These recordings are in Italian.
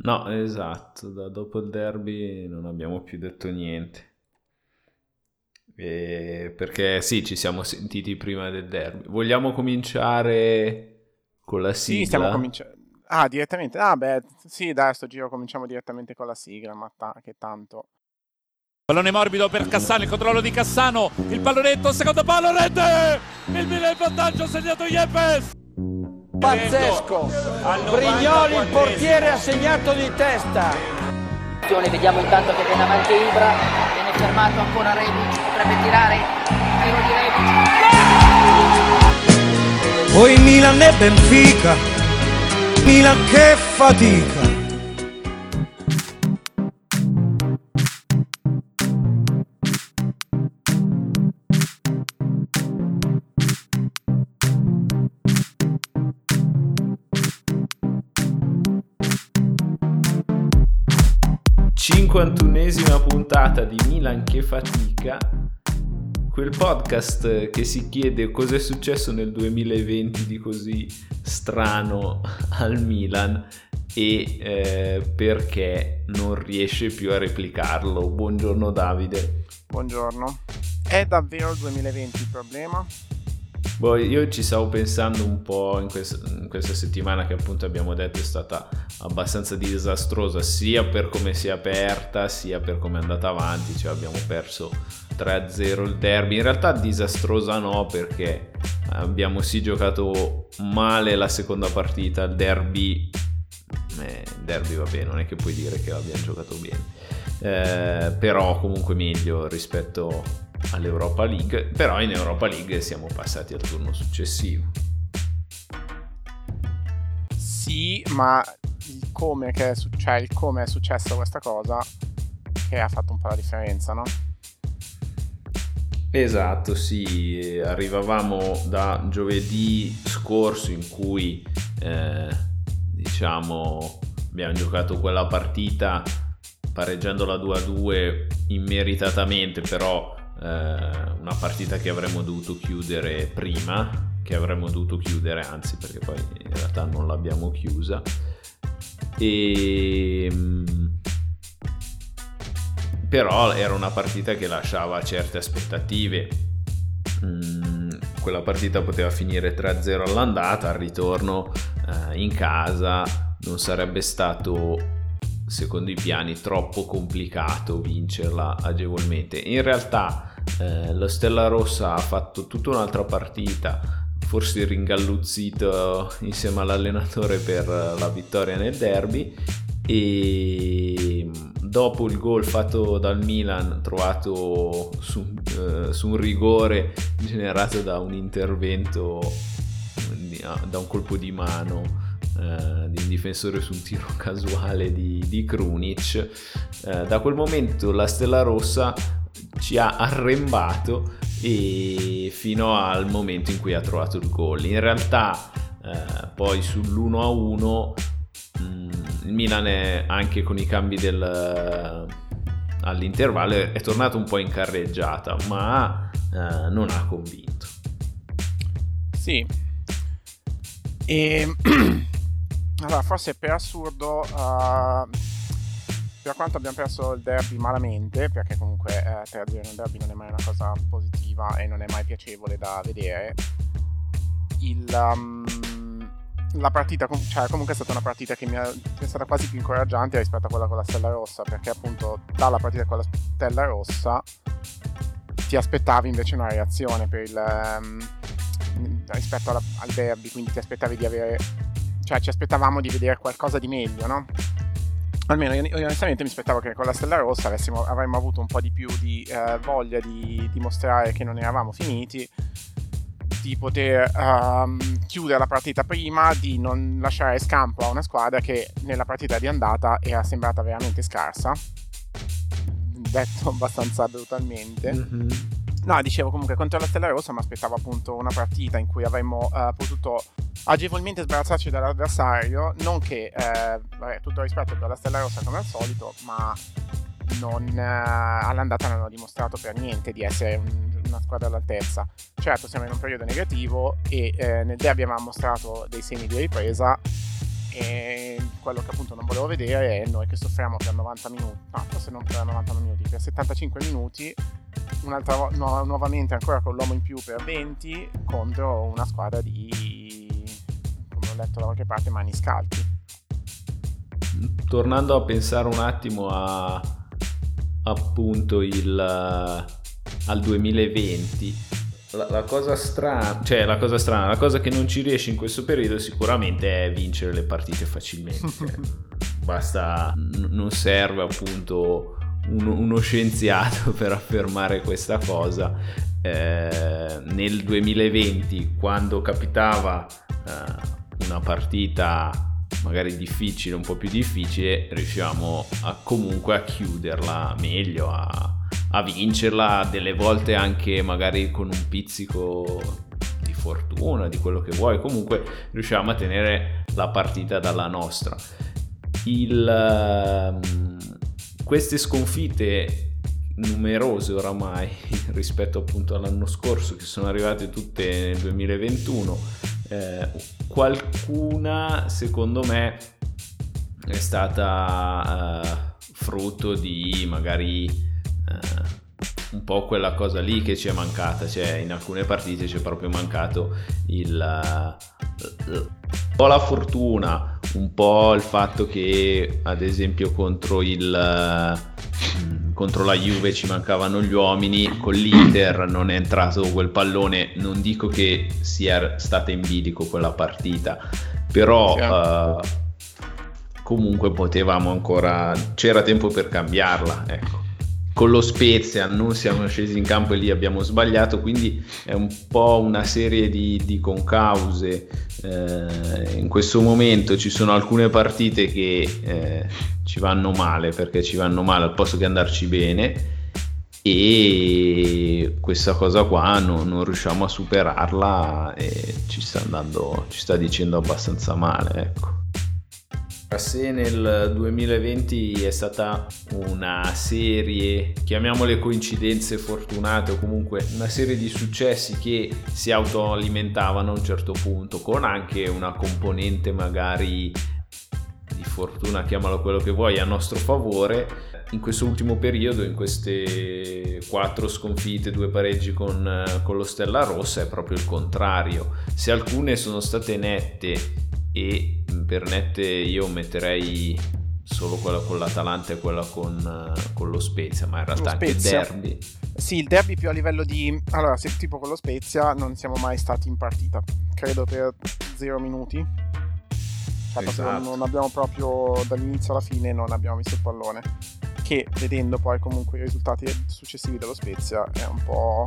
No, esatto, dopo il derby non abbiamo più detto niente. Perché sì, ci siamo sentiti prima del derby. Vogliamo cominciare con la Sì, stiamo sigla? cominciando. Ah, direttamente. Ah, beh, sì, dai, sto giro cominciamo direttamente con la sigla, ma che tanto. Pallone morbido per Cassano, il controllo di Cassano, il pallonetto, secondo palo, rete! Il Milan in vantaggio, ha segnato Yepes! Pazzesco! Brignoli, il portiere, ha segnato di testa. Vediamo intanto che viene avanti Ibra, viene fermato ancora Rebic, potrebbe tirare, tiro di Rebic. Poi Milan e Benfica, Milan che fatica. 51esima puntata di Milan che fatica, quel podcast che si chiede cosa è successo nel 2020 di così strano al Milan e perché non riesce più a replicarlo. Buongiorno Davide. Buongiorno. È davvero il 2020 il problema? Boh, io ci stavo pensando un po' in questa settimana che appunto abbiamo detto è stata abbastanza disastrosa, sia per come si è aperta sia per come è andata avanti, cioè abbiamo perso 3-0 il derby. In realtà disastrosa no, perché abbiamo sì giocato male la seconda partita, il derby vabbè, non è che puoi dire che l'abbiamo giocato bene, però comunque meglio rispetto all'Europa League, però in Europa League siamo passati al turno successivo. Sì, ma il come è successa questa cosa che ha fatto un po' la differenza, no? Esatto, sì, arrivavamo da giovedì scorso in cui abbiamo giocato quella partita pareggiandola 2-2 immeritatamente, però una partita che avremmo dovuto chiudere prima, anzi, perché poi in realtà non l'abbiamo chiusa, però era una partita che lasciava certe aspettative. Quella partita poteva finire 3-0 all'andata, al ritorno in casa non sarebbe stato, secondo i piani, troppo complicato vincerla agevolmente. In realtà lo Stella Rossa ha fatto tutta un'altra partita, forse ringalluzzito insieme all'allenatore per la vittoria nel derby, e dopo il gol fatto dal Milan trovato su un rigore generato da un intervento, da un colpo di mano di un difensore su un tiro casuale di Krunic, da quel momento la Stella Rossa ci ha arrembato e fino al momento in cui ha trovato il gol. In realtà poi sull'1-1 il Milan è, anche con i cambi all'intervallo, è tornato un po' in carreggiata, ma non ha convinto. Sì. E allora, forse per assurdo, per quanto abbiamo perso il derby malamente, perché comunque 3-0 nel derby non è mai una cosa positiva e non è mai piacevole da vedere, la partita, cioè comunque è stata una partita che è stata quasi più incoraggiante rispetto a quella con la Stella Rossa, perché appunto dalla partita con la Stella Rossa ti aspettavi invece una reazione rispetto al derby, quindi ti aspettavi ci aspettavamo di vedere qualcosa di meglio, no? Almeno io onestamente mi aspettavo che con la Stella Rossa avremmo avuto un po' di più di voglia di dimostrare che non eravamo finiti, di poter chiudere la partita prima, di non lasciare scampo a una squadra che nella partita di andata era sembrata veramente scarsa, detto abbastanza brutalmente. Mm-hmm. No, dicevo, comunque contro la Stella Rossa mi aspettavo appunto una partita in cui avremmo potuto agevolmente sbarazzarci dall'avversario, non che tutto rispetto per la Stella Rossa come al solito, ma all'andata non hanno dimostrato per niente di essere una squadra all'altezza. Certo, siamo in un periodo negativo e nel derby abbiamo mostrato dei segni di ripresa e quello che appunto non volevo vedere è noi che soffriamo per 90 minuti, no, forse non per 90 minuti, per 75 minuti, nuovamente ancora con l'uomo in più per 20 contro una squadra di, come ho letto da qualche parte, mani scalzi. Tornando a pensare un attimo a appunto al 2020, la cosa strana, la cosa che non ci riesce in questo periodo sicuramente è vincere le partite facilmente. Basta, non serve appunto uno scienziato per affermare questa cosa. Nel 2020, quando capitava una partita magari difficile, un po' più difficile, riusciamo comunque a chiuderla meglio, a vincerla, delle volte anche magari con un pizzico di fortuna, di quello che vuoi, comunque riusciamo a tenere la partita dalla nostra. Queste sconfitte numerose oramai rispetto appunto all'anno scorso, che sono arrivate tutte nel 2021, qualcuna secondo me è stata frutto di magari un po' quella cosa lì che ci è mancata, cioè in alcune partite ci è proprio mancato un po' la fortuna, un po' il fatto che ad esempio contro la Juve ci mancavano gli uomini, con l'Inter non è entrato quel pallone. Non dico che sia stata in bilico quella partita, però comunque potevamo ancora, c'era tempo per cambiarla, ecco. Con lo Spezia non siamo scesi in campo e lì abbiamo sbagliato, quindi è un po' una serie di concause. In questo momento ci sono alcune partite che ci vanno male, perché ci vanno male al posto che andarci bene, e questa cosa qua non riusciamo a superarla e ci sta dicendo abbastanza male, ecco. Se nel 2020 è stata una serie, chiamiamole coincidenze fortunate, o comunque una serie di successi che si autoalimentavano a un certo punto, con anche una componente magari di fortuna, chiamalo quello che vuoi, a nostro favore, in questo ultimo periodo, in queste 4 sconfitte, 2 pareggi con lo Stella Rossa, è proprio il contrario. Se alcune sono state nette, e per nette io metterei solo quella con l'Atalanta e quella con lo Spezia, ma in realtà anche il derby. Sì, il derby più a livello di... Allora, se tipo con lo Spezia non siamo mai stati in partita, credo per 0 minuti. Esatto. Non abbiamo proprio, dall'inizio alla fine non abbiamo visto il pallone, che vedendo poi comunque i risultati successivi dello Spezia è un po'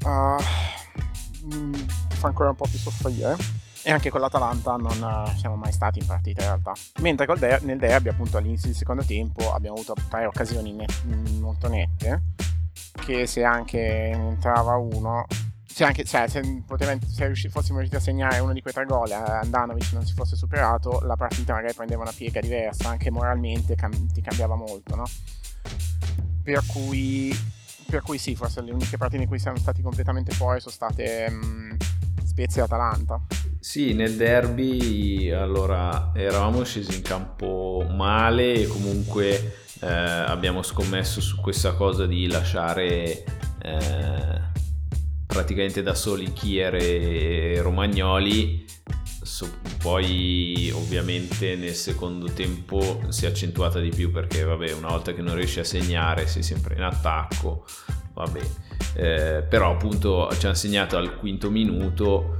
fa ancora un po' più soffrire. E anche con l'Atalanta non siamo mai stati in partita in realtà. Mentre nel derby, appunto all'inizio del secondo tempo, abbiamo avuto 3 occasioni molto nette, che se anche entrava uno, se fossimo riusciti a segnare uno di quei 3 gol, Andanovic non si fosse superato, la partita magari prendeva una piega diversa, anche moralmente ti cambiava molto, no? Per cui sì, forse le uniche partite in cui siamo stati completamente fuori sono state Spezia e Atalanta. Sì, nel derby allora eravamo scesi in campo male e comunque abbiamo scommesso su questa cosa di lasciare praticamente da soli Kier e Romagnoli. Poi ovviamente nel secondo tempo si è accentuata di più, perché vabbè, una volta che non riesci a segnare sei sempre in attacco, vabbè. Però appunto ci hanno segnato al 5° minuto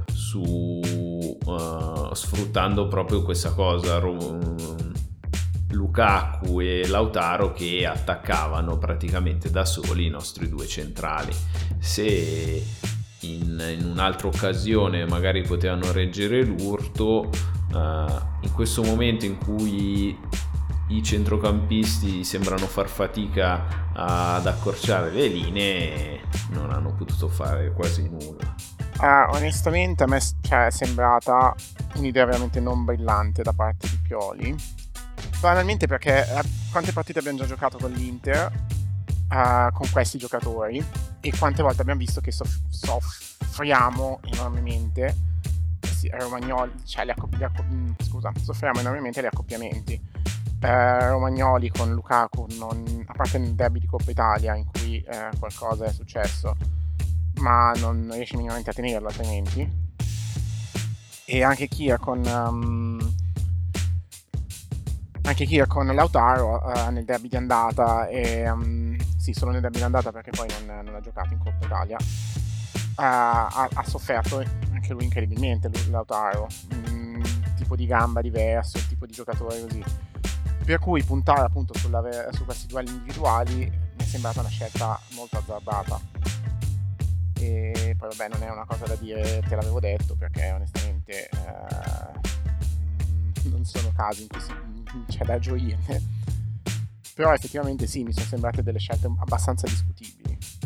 sfruttando proprio questa cosa, Lukaku e Lautaro che attaccavano praticamente da soli i nostri 2 centrali. Se in un'altra occasione magari potevano reggere l'urto, in questo momento in cui i centrocampisti sembrano far fatica ad accorciare le linee, non hanno potuto fare quasi nulla. Onestamente a me è sembrata un'idea veramente non brillante da parte di Pioli, banalmente perché quante partite abbiamo già giocato con l'Inter con questi giocatori, e quante volte abbiamo visto che soffriamo enormemente Romagnoli, cioè scusa, soffriamo enormemente gli accoppiamenti. Romagnoli con Lukaku, a parte nel derby di Coppa Italia in cui qualcosa è successo, ma non riesce minimamente a tenerlo altrimenti. E anche Kier con Lautaro nel derby di andata, sì, solo nel derby di andata perché poi non ha giocato in Coppa Italia. Ha sofferto anche lui incredibilmente, Lautaro, tipo di gamba diverso, il tipo di giocatore così, per cui puntare appunto su questi duelli individuali mi è sembrata una scelta molto azzardata. E poi vabbè, non è una cosa da dire te l'avevo detto, perché onestamente non sono casi in cui c'è da gioirne, però effettivamente sì, mi sono sembrate delle scelte abbastanza discutibili.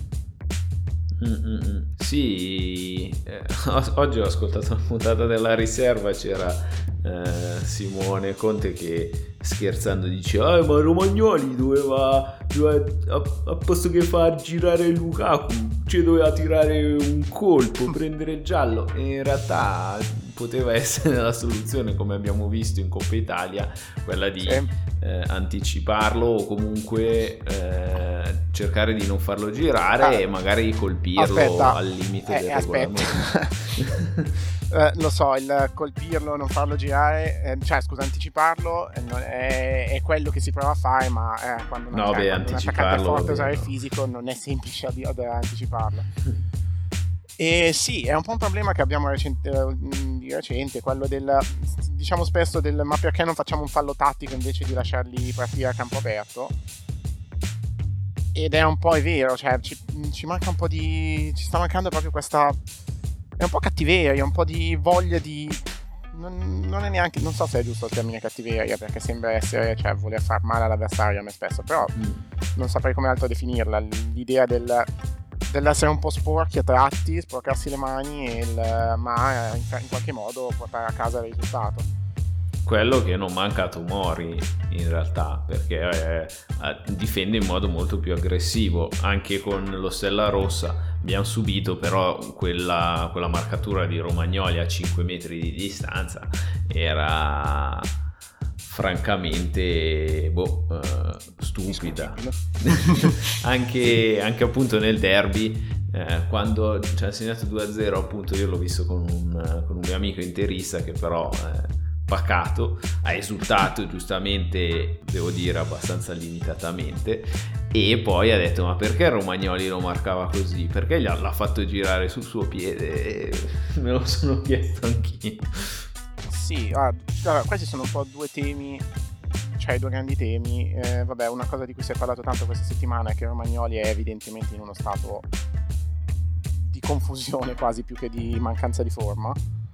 Sì, oggi ho ascoltato una puntata della riserva, c'era Simone Conte che scherzando dice ma Romagnoli doveva a posto che far girare Lukaku ci doveva tirare un colpo, prendere il giallo, e in realtà poteva essere la soluzione, come abbiamo visto in Coppa Italia, quella di anticiparlo o comunque cercare di non farlo girare e magari colpirlo al limite del regolamento. Lo so, il colpirlo, non farlo girare, anticiparlo è quello che si prova a fare, ma quando un attaccante forte usare il fisico non è semplice ad anticiparlo. E sì, è un po' un problema che abbiamo di recente, quello diciamo spesso ma perché non facciamo un fallo tattico invece di lasciarli partire a campo aperto? Ed è un po' vero, cioè ci manca un po' ci sta mancando proprio questa, è un po' cattiveria, un po' di voglia di, non è neanche, non so se è giusto il termine cattiveria, perché sembra essere, cioè voler far male all'avversario a me spesso, però non saprei come altro definirla, l'idea dell'essere un po' sporchi a tratti, sporcarsi le mani, ma in qualche modo portare a casa il risultato. Quello che non manca a Tomori in realtà, perché difende in modo molto più aggressivo. Anche con lo Stella Rossa abbiamo subito però quella marcatura di Romagnoli a 5 metri di distanza, era francamente stupida. anche appunto nel derby, quando ci ha segnato 2-0, appunto io l'ho visto con un mio amico interista che però pacato, ha esultato giustamente, devo dire abbastanza limitatamente, e poi ha detto ma perché Romagnoli lo marcava così, perché l'ha fatto girare sul suo piede, me lo sono chiesto anch'io. Sì, allora, questi sono un po' due temi, cioè due grandi temi. Vabbè, una cosa di cui si è parlato tanto questa settimana è che Romagnoli è evidentemente in uno stato di confusione quasi più che di mancanza di forma.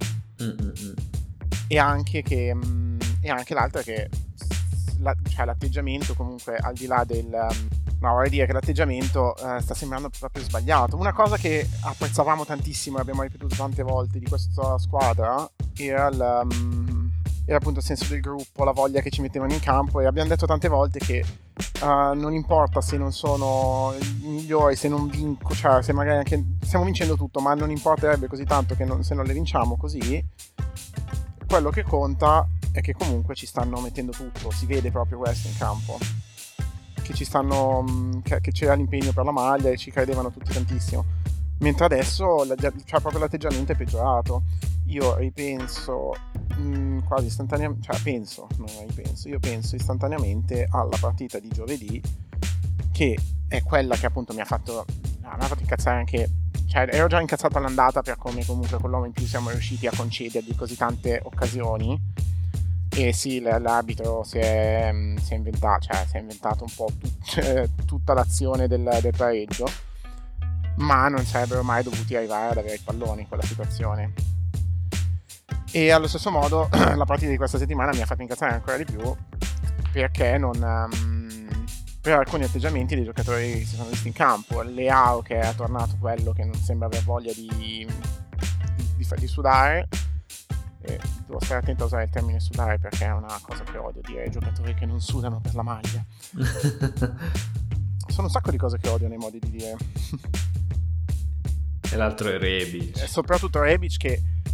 E anche l'altro è che cioè l'atteggiamento comunque al di là vorrei dire che l'atteggiamento sta sembrando proprio sbagliato. Una cosa che apprezzavamo tantissimo e abbiamo ripetuto tante volte di questa squadra era appunto il senso del gruppo, la voglia che ci mettevano in campo, e abbiamo detto tante volte che non importa se non sono i migliori, se non vinco, cioè se magari anche stiamo vincendo tutto, ma non importerebbe così tanto che se non le vinciamo così. Quello che conta è che comunque ci stanno mettendo tutto, si vede proprio questo in campo, che ci stanno, che c'era l'impegno per la maglia e ci credevano tutti tantissimo, mentre adesso cioè proprio l'atteggiamento è peggiorato. Io ripenso quasi istantaneamente, io penso istantaneamente alla partita di giovedì, che è quella che appunto mi ha fatto incazzare anche. Cioè, ero già incazzato all'andata per come comunque con l'uomo in più siamo riusciti a concedergli così tante occasioni, e sì, l'arbitro si è inventato un po' tutta l'azione del pareggio, ma non sarebbero mai dovuti arrivare ad avere il pallone in quella situazione. E allo stesso modo la partita di questa settimana mi ha fatto incazzare ancora di più, perché per alcuni atteggiamenti dei giocatori che si sono visti in campo. Leao, che è tornato quello che non sembra aver voglia di sudare, devo stare attento a usare il termine sudare perché è una cosa che odio, dire ai giocatori che non sudano per la maglia. Sono un sacco di cose che odio nei modi di dire. E l'altro è Rebic. E soprattutto Rebic, che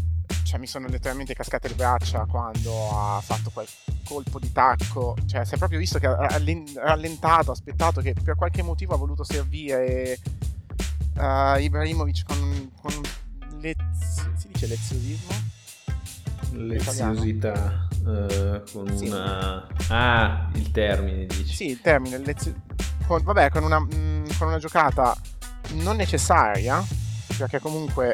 cioè, mi sono letteralmente cascate le braccia quando ha fatto quel colpo di tacco, cioè si è proprio visto che ha rallentato, aspettato, che per qualche motivo ha voluto servire Ibrahimovic con si dice leziosismo? Leziosità, con sì. il termine dici? Sì, il termine, con una giocata non necessaria, perché comunque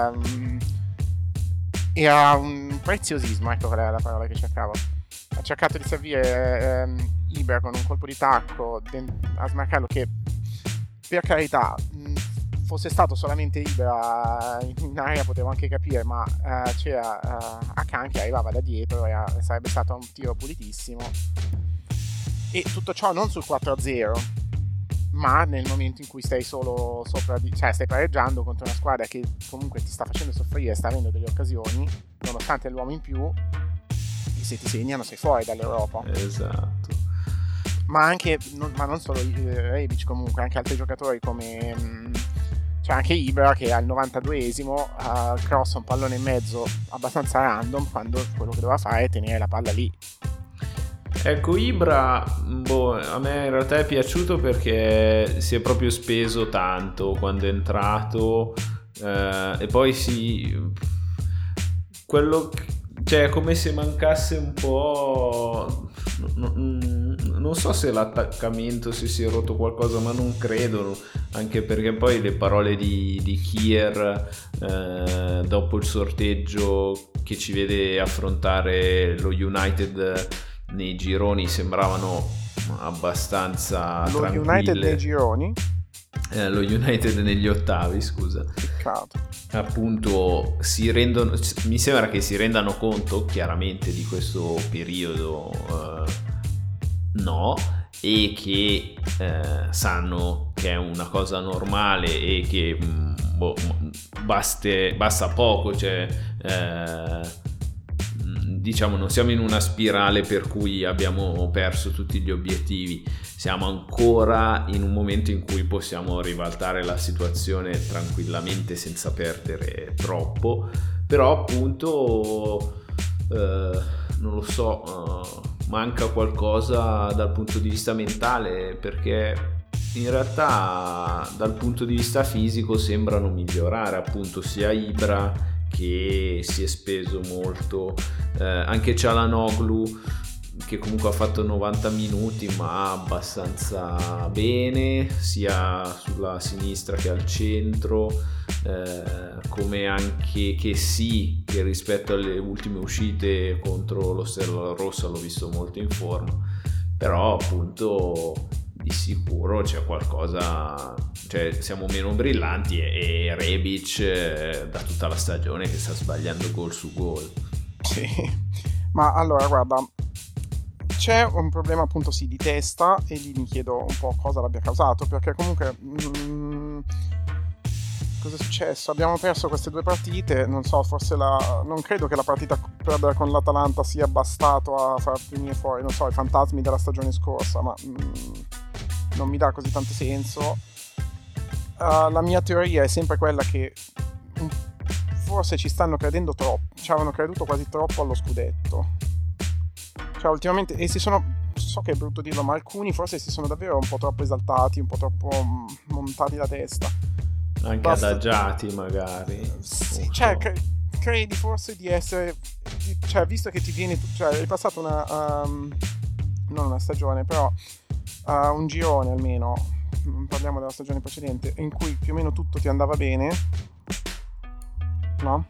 era un preziosismo, ecco qual era la parola che cercavo. Ha cercato di servire Ibra con un colpo di tacco a smarcarlo, che per carità fosse stato solamente Ibra in area potevo anche capire, ma c'era Akan che arrivava da dietro, sarebbe stato un tiro pulitissimo, e tutto ciò non sul 4-0, ma nel momento in cui stai solo sopra, cioè stai pareggiando contro una squadra che comunque ti sta facendo soffrire, sta avendo delle occasioni, nonostante l'uomo in più, e se ti segnano sei fuori dall'Europa. Esatto. Ma anche, ma non solo Rebic, comunque anche altri giocatori come cioè anche Ibra, che al 92esimo crossa un pallone in mezzo abbastanza random, quando quello che doveva fare è tenere la palla lì. Ecco, Ibra, a me in realtà è piaciuto perché si è proprio speso tanto quando è entrato, e poi quello, cioè, è come se mancasse un po', non so se l'attaccamento, se si è rotto qualcosa, ma non credo, anche perché poi le parole di Kier dopo il sorteggio che ci vede affrontare lo United nei gironi sembravano abbastanza tranquille. United nei gironi? Lo United negli ottavi, scusa. Peccato. Appunto mi sembra che si rendano conto chiaramente di questo periodo, no, e che sanno che è una cosa normale e che basta poco, cioè diciamo non siamo in una spirale per cui abbiamo perso tutti gli obiettivi, siamo ancora in un momento in cui possiamo ribaltare la situazione tranquillamente senza perdere troppo, però appunto non lo so, manca qualcosa dal punto di vista mentale, perché in realtà dal punto di vista fisico sembrano migliorare, appunto sia Ibra che si è speso molto, anche Çalhanoğlu che comunque ha fatto 90 minuti ma abbastanza bene sia sulla sinistra che al centro, come anche che rispetto alle ultime uscite contro lo Stella Rossa l'ho visto molto in forma, però appunto di sicuro c'è qualcosa, cioè siamo meno brillanti, e Rebic da tutta la stagione che sta sbagliando gol su gol. Sì, ma allora guarda, c'è un problema appunto sì di testa, e lì mi chiedo un po' cosa l'abbia causato, perché comunque cosa è successo? Abbiamo perso queste due partite, non so, forse non credo che la partita perdere con l'Atalanta sia bastato a far venire fuori, non so, i fantasmi della stagione scorsa, ma non mi dà così tanto senso. La mia teoria è sempre quella che forse ci stanno credendo troppo, ci avevano creduto quasi troppo allo scudetto, cioè ultimamente, e so che è brutto dirlo, ma alcuni forse si sono davvero un po' troppo esaltati, un po' troppo montati la testa, anche adagiati magari, sì, cioè credi forse di essere, cioè visto che ti viene, cioè hai passato non una stagione, però un girone almeno, parliamo della stagione precedente, in cui più o meno tutto ti andava bene, no?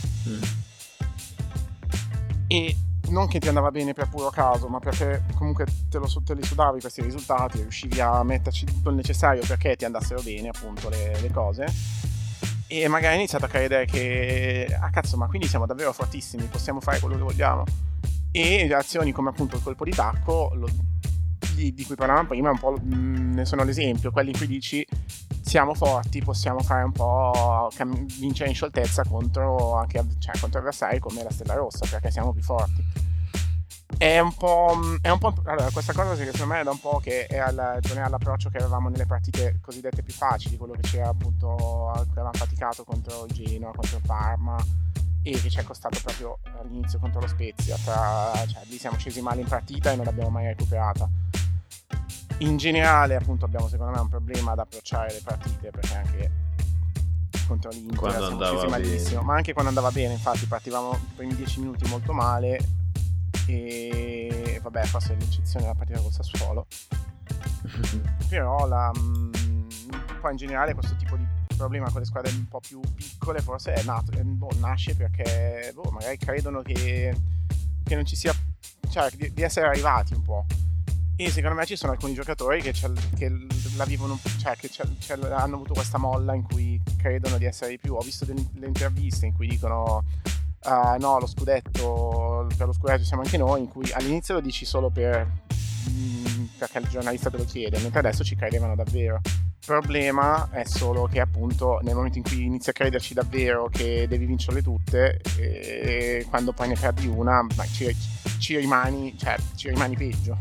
E non che ti andava bene per puro caso, ma perché comunque te li sudavi questi risultati, riuscivi a metterci tutto il necessario perché ti andassero bene appunto le cose, e magari hai iniziato a credere che cazzo, ma quindi siamo davvero fortissimi, possiamo fare quello che vogliamo, e azioni come appunto il colpo di tacco di cui parlavamo prima un po' ne sono l'esempio, quelli in cui dici siamo forti, possiamo fare un po' vincere in scioltezza contro avversari come la Stella Rossa, perché siamo più forti. È un po' allora, questa cosa secondo me è da un po' che è all'approccio che avevamo nelle partite cosiddette più facili, quello che c'era appunto, che avevamo faticato contro il Genoa, contro il Parma, e che ci è costato proprio all'inizio contro lo Spezia. Cioè, lì siamo scesi male in partita e non l'abbiamo mai recuperata. In generale, appunto, abbiamo secondo me un problema ad approcciare le partite, perché anche contro l'Inter quando siamo scesi malissimo, ma anche quando andava bene, infatti partivamo i primi 10 minuti molto male e vabbè, forse l'eccezione della partita col Sassuolo. Però poi in generale questo tipo di problema con le squadre un po' più piccole forse nasce perché magari credono che non ci sia, cioè di essere arrivati un po', e secondo me ci sono alcuni giocatori che la vivono, cioè che hanno avuto questa molla in cui credono di essere di più. Ho visto delle interviste in cui dicono no, per lo scudetto siamo anche noi, in cui all'inizio lo dici solo perché il giornalista te lo chiede, mentre adesso ci credevano davvero. Il problema è solo che appunto nel momento in cui inizi a crederci davvero che devi vincerle tutte, e quando poi ne perdi una ci rimani peggio.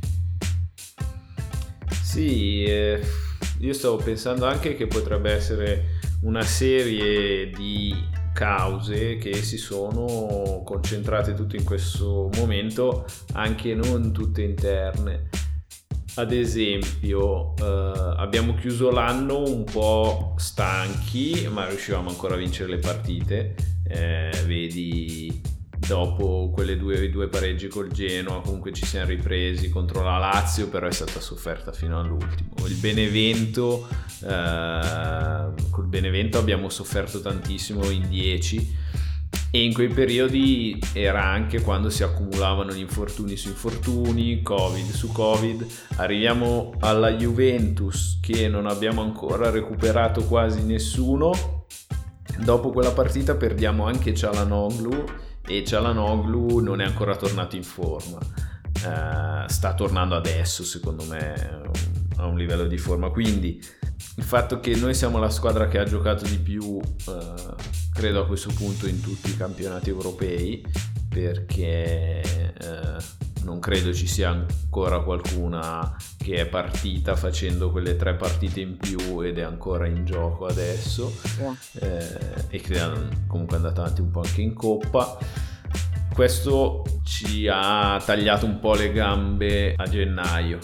Sì, io stavo pensando anche che potrebbe essere una serie di cause che si sono concentrate tutte in questo momento, anche non tutte interne. Ad esempio, abbiamo chiuso l'anno un po' stanchi, ma riuscivamo ancora a vincere le partite. Vedi, dopo quelle due pareggi col Genoa, comunque ci siamo ripresi contro la Lazio, però è stata sofferta fino all'ultimo. Il Benevento, col Benevento abbiamo sofferto tantissimo in 10. E in quei periodi era anche quando si accumulavano gli infortuni su infortuni, Covid su Covid. Arriviamo alla Juventus che non abbiamo ancora recuperato quasi nessuno. Dopo quella partita perdiamo anche Çalhanoğlu e Çalhanoğlu non è ancora tornato in forma. Sta tornando adesso, secondo me, a un livello di forma. Quindi il fatto che noi siamo la squadra che ha giocato di più, credo a questo punto in tutti i campionati europei, perché non credo ci sia ancora qualcuna che è partita facendo quelle 3 partite in più ed è ancora in gioco adesso, e che comunque è andata avanti un po' anche in Coppa. Questo ci ha tagliato un po' le gambe a gennaio.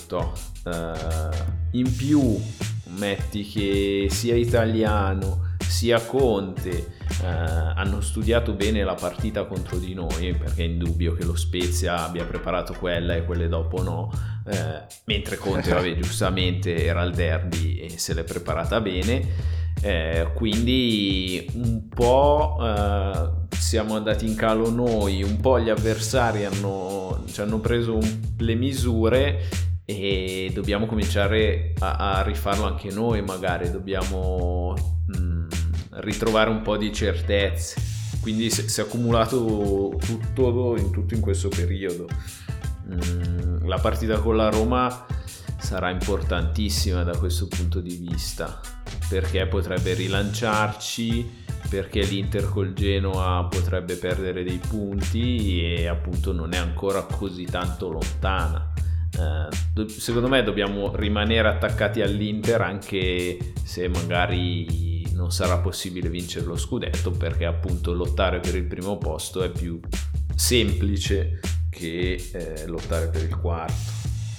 In più metti che sia Italiano sia Conte hanno studiato bene la partita contro di noi, perché è indubbio che lo Spezia abbia preparato quella e quelle dopo no, mentre Conte giustamente era al derby e se l'è preparata bene. Quindi un po' siamo andati in calo noi, un po' gli avversari ci hanno preso le misure e dobbiamo cominciare a rifarlo anche noi. Magari dobbiamo ritrovare un po' di certezze, quindi si è accumulato tutto in questo periodo. La partita con la Roma sarà importantissima da questo punto di vista, perché potrebbe rilanciarci, perché l'Inter col Genoa potrebbe perdere dei punti e appunto non è ancora così tanto lontana. Secondo me dobbiamo rimanere attaccati all'Inter, anche se magari non sarà possibile vincere lo scudetto, perché appunto lottare per il primo posto è più semplice che lottare per il quarto.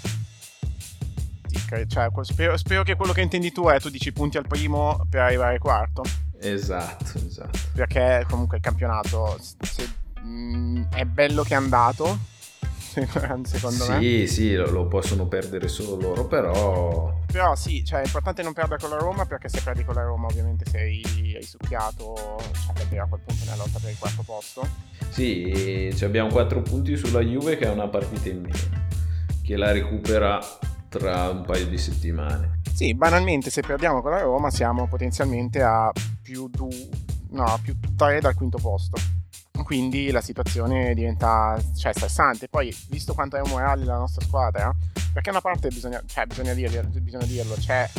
Cioè, spero che quello che intendi tu è, tu dici punti al primo per arrivare al quarto. Esatto. Perché comunque il campionato è bello che è andato, secondo me. Sì, lo possono perdere solo loro, però sì, cioè è importante non perdere con la Roma, perché se perdi con la Roma ovviamente sei succhiato, cioè davvero a quel punto nella lotta per il quarto posto. Sì, abbiamo 4 punti sulla Juve che ha una partita in meno, che la recupera tra un paio di settimane. Sì, banalmente se perdiamo con la Roma siamo potenzialmente a più 3 dal quinto posto, quindi la situazione diventa stressante. Poi, visto quanto è umorale la nostra squadra, perché una parte bisogna dirlo,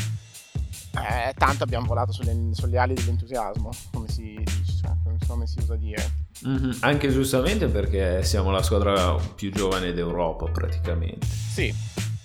tanto abbiamo volato sulle ali dell'entusiasmo, come si dice, come si usa dire. Anche giustamente, perché siamo la squadra più giovane d'Europa praticamente. Sì.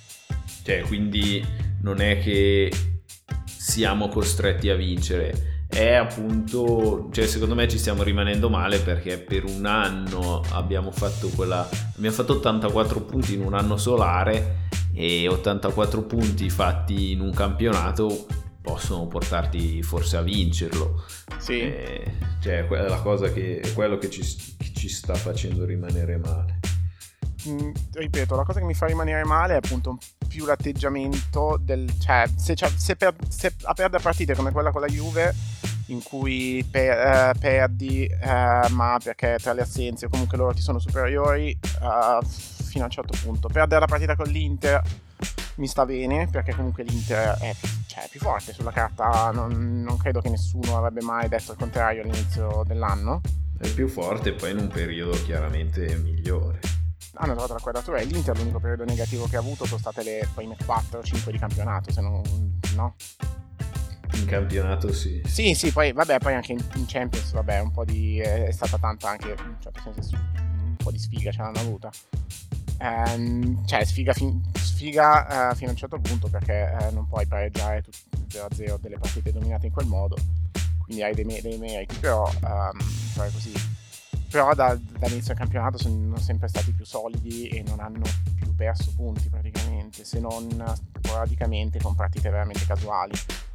Cioè, quindi non è che siamo costretti a vincere, è appunto, cioè secondo me ci stiamo rimanendo male perché per un anno abbiamo fatto 84 punti in un anno solare, e 84 punti fatti in un campionato possono portarti forse a vincerlo. Sì. Cioè è la cosa è quello che ci sta facendo rimanere male. Ripeto, la cosa che mi fa rimanere male è appunto più l'atteggiamento cioè se a perdere partite come quella con la Juve, in cui perdi ma perché tra le assenze comunque loro ti sono superiori fino a un certo punto. Perdere la partita con l'Inter mi sta bene, perché comunque l'Inter è più forte sulla carta. Non credo che nessuno avrebbe mai detto il contrario all'inizio dell'anno. È più forte, poi in un periodo chiaramente migliore. Hanno trovato la quadratura, e l'Inter l'unico periodo negativo che ha avuto sono state le prime 4 o 5 di campionato, se non no? In campionato sì. Sì, poi anche in Champions, un po' di è stata tanta anche, in un certo senso, un po' di sfiga ce l'hanno avuta. Cioè sfiga fino a un certo punto, perché non puoi pareggiare 0-0 delle partite dominate in quel modo, quindi hai dei meriti, però è così. Però dall'inizio del campionato sono sempre stati più solidi e non hanno più perso punti praticamente, se non sporadicamente con partite veramente casuali.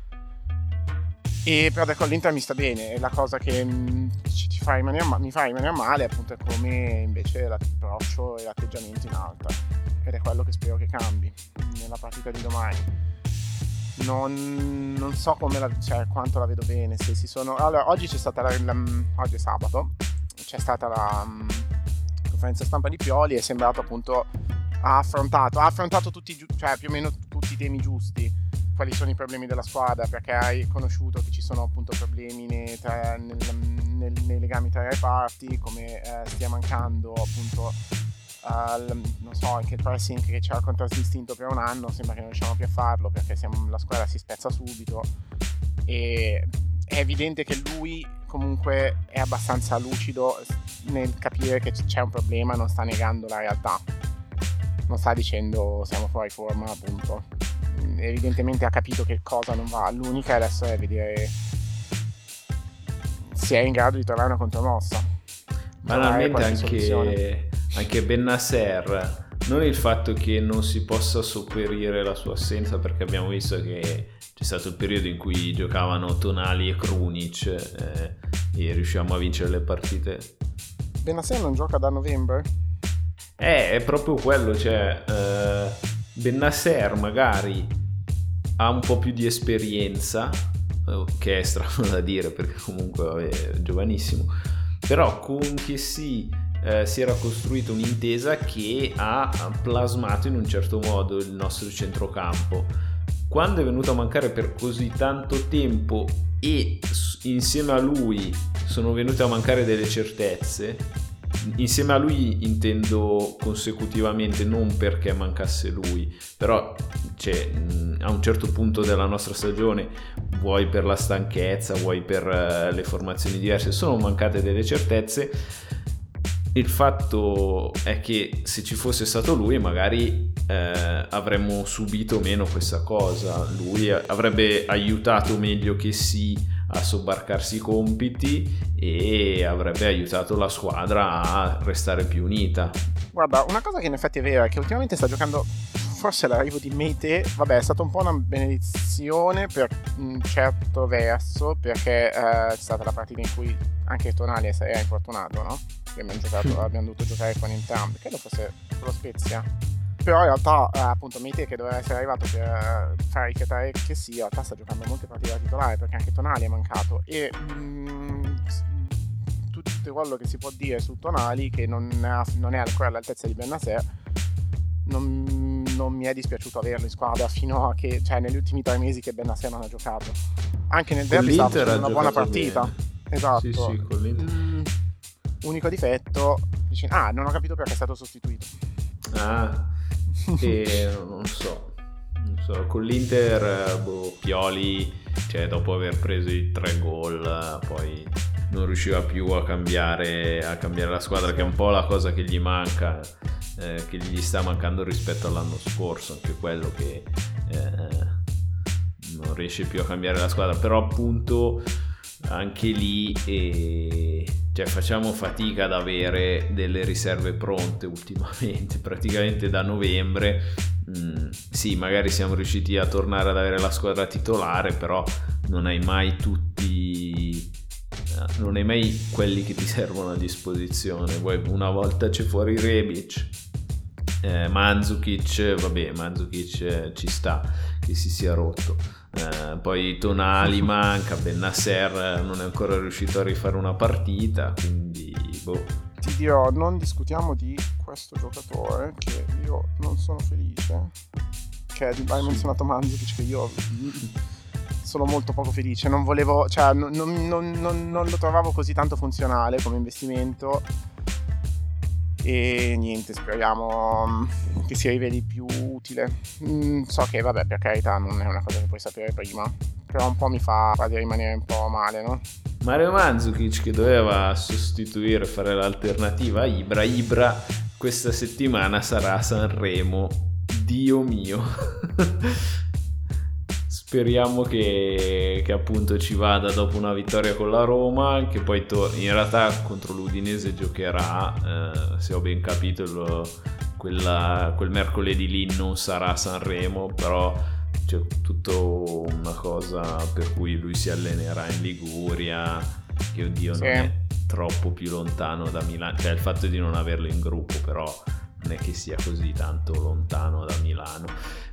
E però con l'Inter mi sta bene, e la cosa che mi fa rimanere male appunto è come invece l'approccio e l'atteggiamento in alta, ed è quello che spero che cambi nella partita di domani. Non so quanto la vedo bene, se si sono... Allora, oggi c'è stata oggi è sabato, c'è stata la conferenza stampa di Pioli, e è sembrato appunto ha affrontato tutti, cioè più o meno tutti i temi giusti. Quali sono i problemi della squadra, perché hai conosciuto che ci sono appunto problemi nei legami tra i reparti, come stia mancando appunto non so, anche il pressing che ci ha contraddistinto per un anno, sembra che non riusciamo più a farlo, perché la squadra si spezza subito, e è evidente che lui comunque è abbastanza lucido nel capire che c'è un problema, non sta negando la realtà, non sta dicendo siamo fuori forma appunto. Evidentemente ha capito che cosa non va. L'unica adesso è vedere se è in grado di trovare una contromossa. Banalmente anche Bennacer, non il fatto che non si possa sopperire la sua assenza, perché abbiamo visto che c'è stato il periodo in cui giocavano Tonali e Krunic e riusciamo a vincere le partite. Bennacer non gioca da novembre? È proprio quello, cioè Bennacer magari ha un po' più di esperienza, che è strano da dire perché comunque è giovanissimo, però con che si era costruita un'intesa che ha plasmato in un certo modo il nostro centrocampo. Quando è venuto a mancare per così tanto tempo e insieme a lui sono venute a mancare delle certezze, insieme a lui intendo consecutivamente, non perché mancasse lui, però a un certo punto della nostra stagione, vuoi per la stanchezza, vuoi per le formazioni diverse, sono mancate delle certezze. Il fatto è che se ci fosse stato lui magari avremmo subito meno questa cosa, lui avrebbe aiutato meglio che a sobbarcarsi i compiti e avrebbe aiutato la squadra a restare più unita. Guarda, una cosa che in effetti è vera è che ultimamente sta giocando, forse l'arrivo di Meite, è stato un po' una benedizione per un certo verso, perché c'è stata la partita in cui anche Tonali era infortunato, no? Che abbiamo dovuto giocare con entrambi, credo fosse con lo Spezia. Però in realtà appunto Meite, che doveva essere arrivato per far rifiatare che in realtà sta giocando molte partite da titolare, perché anche Tonali è mancato, e tutto quello che si può dire su Tonali, che non è ancora all'altezza di Bennacer, non mi è dispiaciuto averlo in squadra fino a che, cioè negli ultimi 3 mesi che Bennacer non ha giocato. Anche nel derby stava facendo una buona partita. Bene. Esatto. Sì, con l'Inter. Unico difetto, non ho capito perché è stato sostituito. Non so, con l'Inter Pioli, cioè dopo aver preso i 3 gol poi non riusciva più a cambiare la squadra, che è un po' la cosa che gli manca, che gli sta mancando rispetto all'anno scorso, anche quello che non riesce più a cambiare la squadra. Però appunto anche lì cioè facciamo fatica ad avere delle riserve pronte ultimamente, praticamente da novembre. Sì, magari siamo riusciti a tornare ad avere la squadra titolare, però non hai mai quelli che ti servono a disposizione. Una volta c'è fuori Rebic, Mandzukic ci sta che si sia rotto, poi Tonali manca, Bennacer non è ancora riuscito a rifare una partita, quindi ti dirò, non discutiamo di questo giocatore che io non sono felice, che hai menzionato Mandzukic, che io sono molto poco felice, non volevo, cioè non lo trovavo così tanto funzionale come investimento. E niente, speriamo che si riveli più utile. So che vabbè, per carità non è una cosa che puoi sapere prima, però un po' mi fa quasi rimanere un po' male, no? Mario Mandzukic, che doveva sostituire, fare l'alternativa a Ibra questa settimana sarà a Sanremo, Dio mio. Speriamo che appunto ci vada dopo una vittoria con la Roma, che poi in realtà contro l'Udinese giocherà, se ho ben capito, quel mercoledì lì non sarà a Sanremo, però c'è tutta una cosa per cui lui si allenerà in Liguria, che oddio non è troppo più lontano da Milano, cioè il fatto di non averlo in gruppo però non è che sia così tanto lontano da Milano.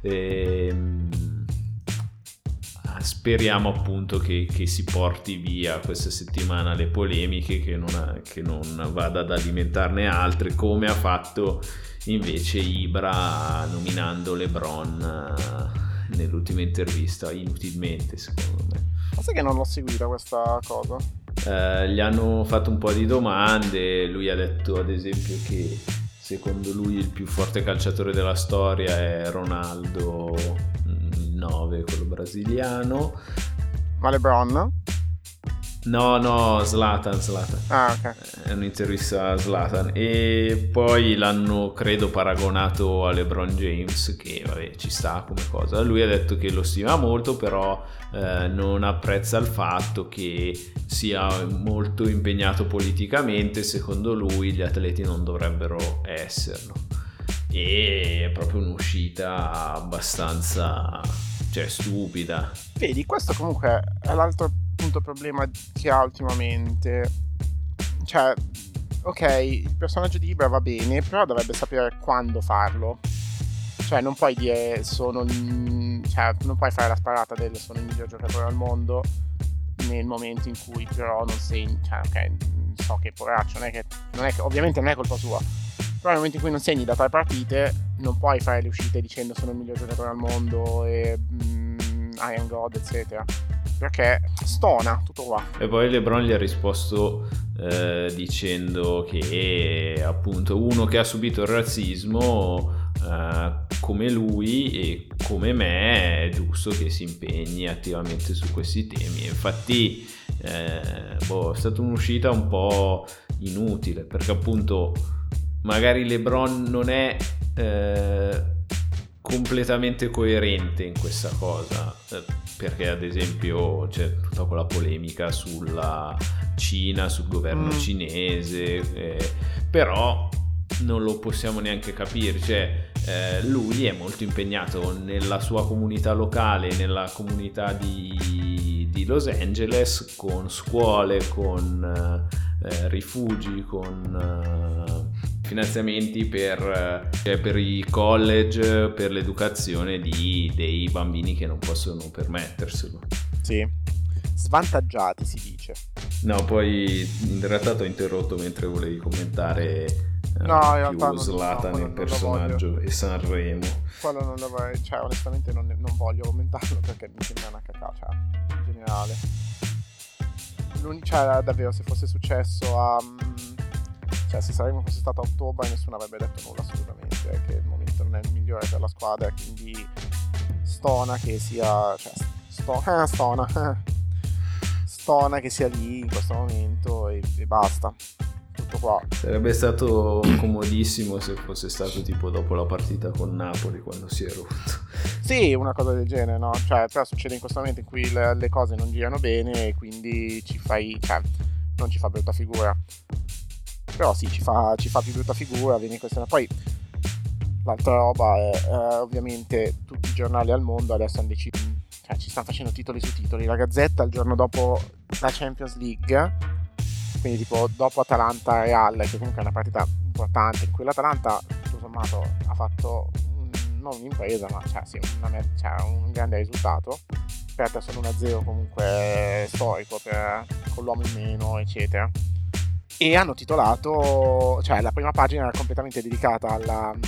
Speriamo appunto che si porti via questa settimana le polemiche, che non vada ad alimentarne altre, come ha fatto invece Ibra nominando LeBron nell'ultima intervista, inutilmente secondo me. Ma sai che non l'ho seguita questa cosa? Gli hanno fatto un po' di domande, lui ha detto ad esempio che secondo lui il più forte calciatore della storia è Ronaldo, 9, quello brasiliano. Ma LeBron? No, Zlatan. Ah, ok. È un'intervista a Zlatan. E poi l'hanno, credo, paragonato a LeBron James, che vabbè, ci sta come cosa. Lui ha detto che lo stima molto, però non apprezza il fatto che sia molto impegnato politicamente. Secondo lui gli atleti non dovrebbero esserlo. E è proprio un'uscita abbastanza, cioè, stupida. Vedi, questo comunque è l'altro punto problema che ha ultimamente. Cioè, ok, il personaggio di Ibra va bene, però dovrebbe sapere quando farlo. Cioè, non puoi dire non puoi fare la sparata del sono il miglior giocatore al mondo nel momento in cui però non sei, cioè, ok, so che poveraccio, non è che ovviamente non è colpa sua, però nel momento in cui non segni da 3 partite non puoi fare le uscite dicendo sono il miglior giocatore al mondo e I am God, eccetera, perché stona tutto qua. E poi LeBron gli ha risposto dicendo che appunto uno che ha subito il razzismo come lui e come me è giusto che si impegni attivamente su questi temi. Infatti è stata un'uscita un po' inutile, perché appunto magari LeBron non è completamente coerente in questa cosa, perché ad esempio c'è tutta quella polemica sulla Cina, sul governo cinese, però non lo possiamo neanche capire, cioè lui è molto impegnato nella sua comunità locale, nella comunità di Los Angeles, con scuole, con rifugi, con finanziamenti per i college, per l'educazione dei bambini che non possono permetterselo. Sì, svantaggiati si dice. No, poi in realtà ti ho interrotto mentre volevi commentare più Zlatan, il personaggio, e Sanremo. Quello non lo vorrei, cioè onestamente non voglio commentarlo perché mi sembra una cacata in generale. Cioè davvero, se fosse successo cioè se Sanremo fosse stato a ottobre nessuno avrebbe detto nulla assolutamente, che il momento non è il migliore per la squadra, quindi stona che sia, cioè stona che sia lì in questo momento e basta. Tutto qua. Sarebbe stato comodissimo se fosse stato tipo dopo la partita con Napoli, quando si è rotto. Sì, una cosa del genere, no? Cioè, però succede in questo momento in cui le cose non girano bene e quindi non ci fa brutta figura. Però sì, ci fa più brutta figura, viene in questione. Poi l'altra roba è ovviamente tutti i giornali al mondo adesso hanno deciso, cioè ci stanno facendo titoli su titoli. La Gazzetta il giorno dopo la Champions League, quindi tipo dopo Atalanta Real, che comunque è una partita importante in cui l'Atalanta tutto sommato ha fatto non un'impresa, ma un grande risultato, aperta solo 1-0 comunque storico con l'uomo in meno, eccetera. E hanno titolato, cioè la prima pagina era completamente dedicata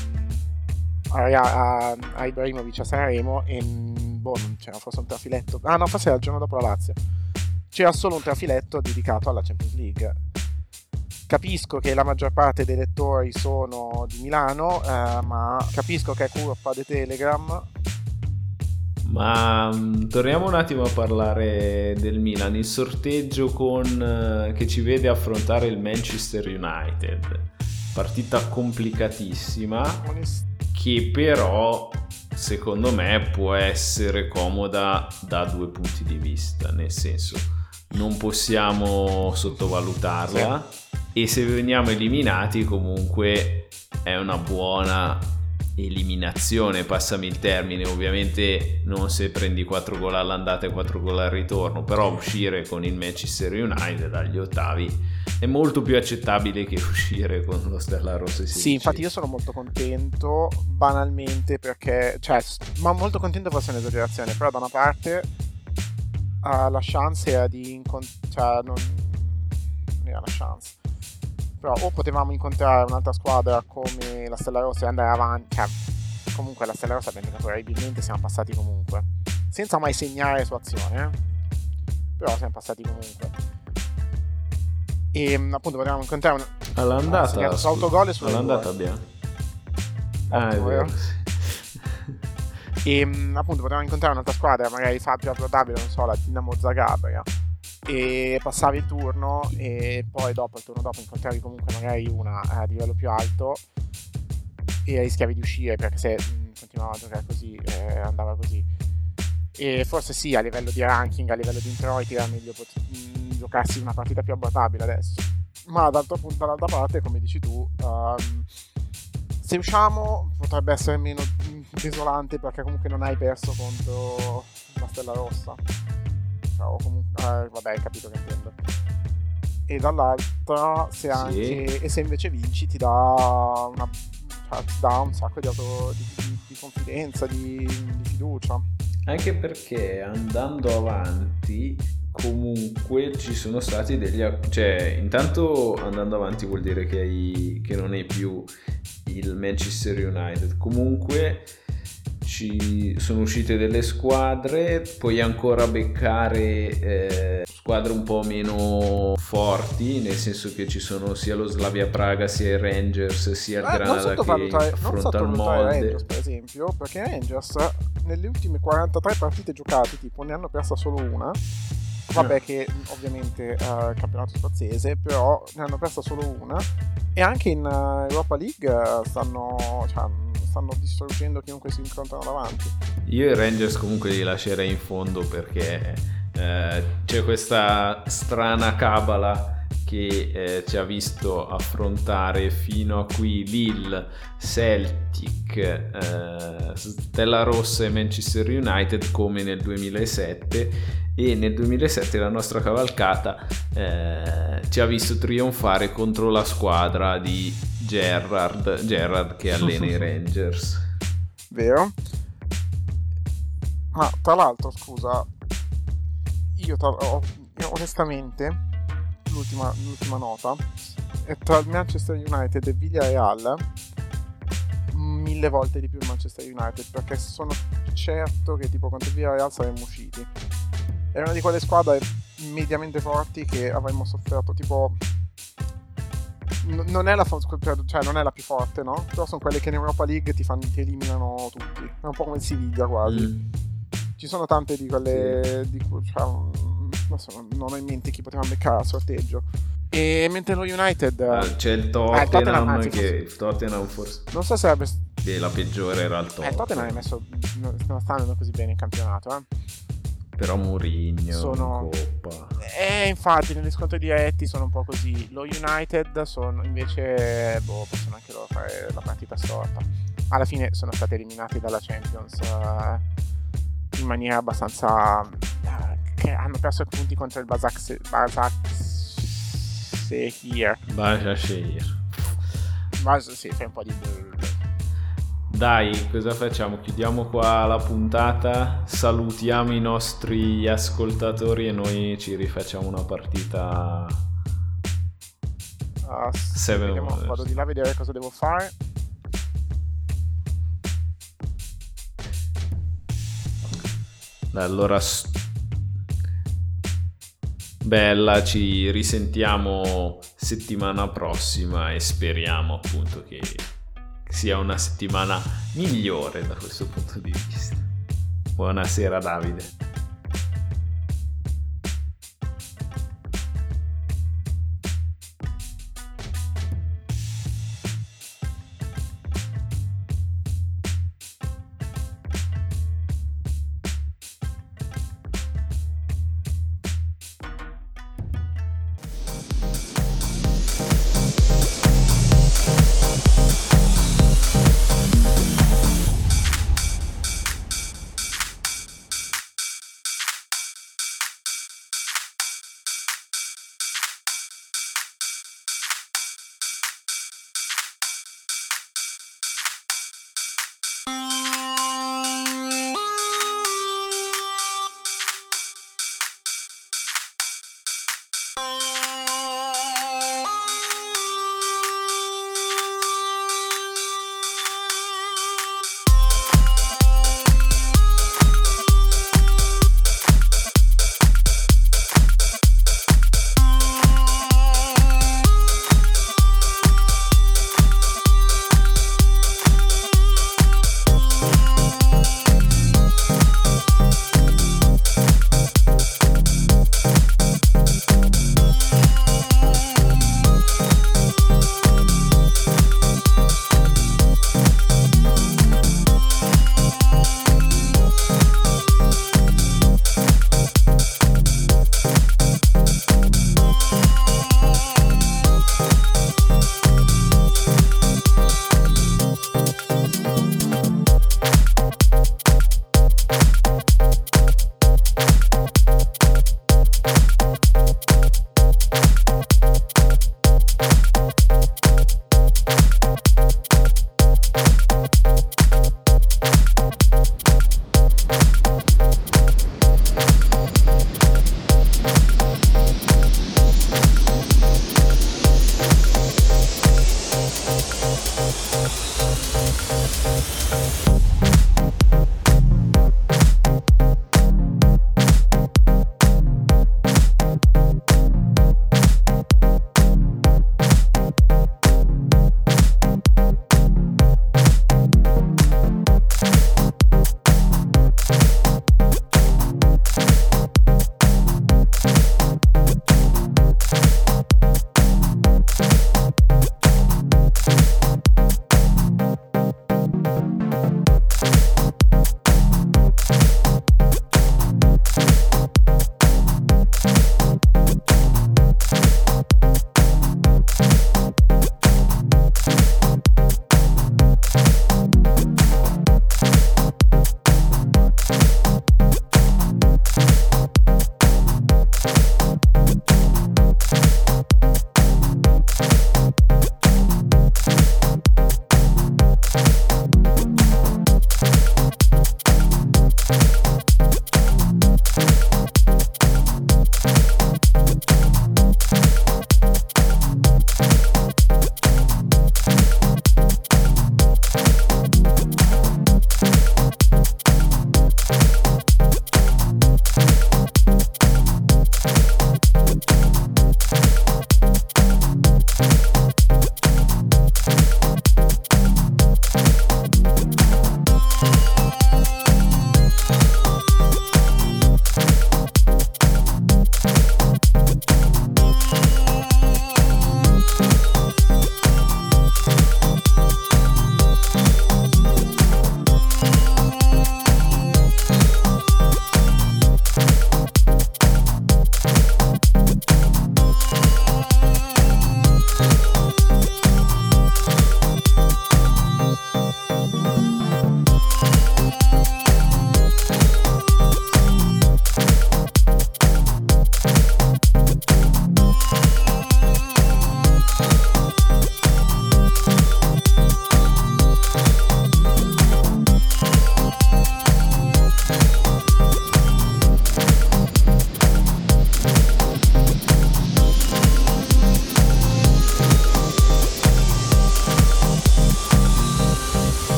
a Ibrahimovic a Sanremo, e non c'era forse un trafiletto, forse era il giorno dopo la Lazio, c'era solo un trafiletto dedicato alla Champions League. Capisco che la maggior parte dei lettori sono di Milano, ma capisco che è curva di Telegram. Ma torniamo un attimo a parlare del Milan, il sorteggio che ci vede affrontare il Manchester United, partita complicatissima che però secondo me può essere comoda da 2 punti di vista, nel senso non possiamo sottovalutarla, sì. E se veniamo eliminati comunque è una buona eliminazione, passami il termine, ovviamente non se prendi 4 gol all'andata e 4 gol al ritorno, però uscire con il Manchester United agli ottavi è molto più accettabile che uscire con lo Stella Rossa. Sì, infatti io sono molto contento, banalmente, perché ma molto contento forse è un'esagerazione, però da una parte la chance era di non era una chance, però o potevamo incontrare un'altra squadra come la Stella Rossa e andare avanti, comunque la Stella Rossa prevedibilmente siamo passati comunque senza mai segnare su azione, però siamo passati comunque, e appunto potevamo incontrare all'andata su autogol e sull'andata abbiamo è vero. E appunto potevamo incontrare un'altra squadra magari più abbordabile, non so, la Dinamo Zagabria, e passavi il turno e poi il turno dopo incontravi comunque magari una a livello più alto e rischiavi di uscire, perché se continuava a giocare così andava così. E forse sì, a livello di ranking, a livello di introiti era meglio giocarsi una partita più abbordabile adesso, ma dall'altra parte, come dici tu, se usciamo potrebbe essere meno desolante, perché comunque non hai perso contro la Stella Rossa, o comunque vabbè, hai capito che intendo. E dall'altra se anche sì. E se invece vinci ti dà un sacco di confidenza, di fiducia, anche perché andando avanti comunque ci sono stati intanto andando avanti vuol dire che non è più il Manchester United, comunque ci sono uscite delle squadre, puoi ancora beccare squadre un po' meno forti, nel senso che ci sono sia lo Slavia Praga, sia il Rangers, sia il Granada che affronta il Molde. Rangers, per esempio, perché Rangers nelle ultime 43 partite giocate tipo ne hanno persa solo una, vabbè, che ovviamente è il campionato scozzese, però ne hanno persa solo una, e anche in Europa League stanno distruggendo chiunque si incontrano davanti. Io i Rangers comunque li lascerei in fondo, perché c'è questa strana cabala che ci ha visto affrontare fino a qui Lille, Celtic, Stella Rossa e Manchester United come nel 2007, e nel 2007 la nostra cavalcata ci ha visto trionfare contro la squadra di Gerrard che allena i Rangers. Vero? Ma tra l'altro, scusa, io onestamente l'ultima nota è tra il Manchester United e Villarreal 1000 volte di più il Manchester United, perché sono certo che tipo contro il Villarreal saremmo usciti. È una di quelle squadre mediamente forti che avremmo sofferto, tipo non è la più forte, no? Però sono quelle che in Europa League ti eliminano tutti. È un po' come il Siviglia quasi. Ci sono tante di quelle non ho in mente chi poteva beccare al sorteggio. E mentre lo United c'è il Tottenham, il Tottenham forse non so se e la peggiore era il Tottenham. Il Tottenham non sta andando così bene in campionato, Però Mourinho sono in Coppa. Infatti negli scontri diretti sono un po' così. Lo United sono invece possono anche loro fare la partita storta. Alla fine sono stati eliminati dalla Champions in maniera abbastanza che hanno perso i punti contro il Başakşehir. Sì, fai un po' di Dai, cosa facciamo? Chiudiamo qua la puntata, salutiamo i nostri ascoltatori e noi ci rifacciamo una partita. Vado di là a vedere cosa devo fare. Dai, allora bella, ci risentiamo settimana prossima e speriamo appunto che sia una settimana migliore da questo punto di vista. Buonasera Davide.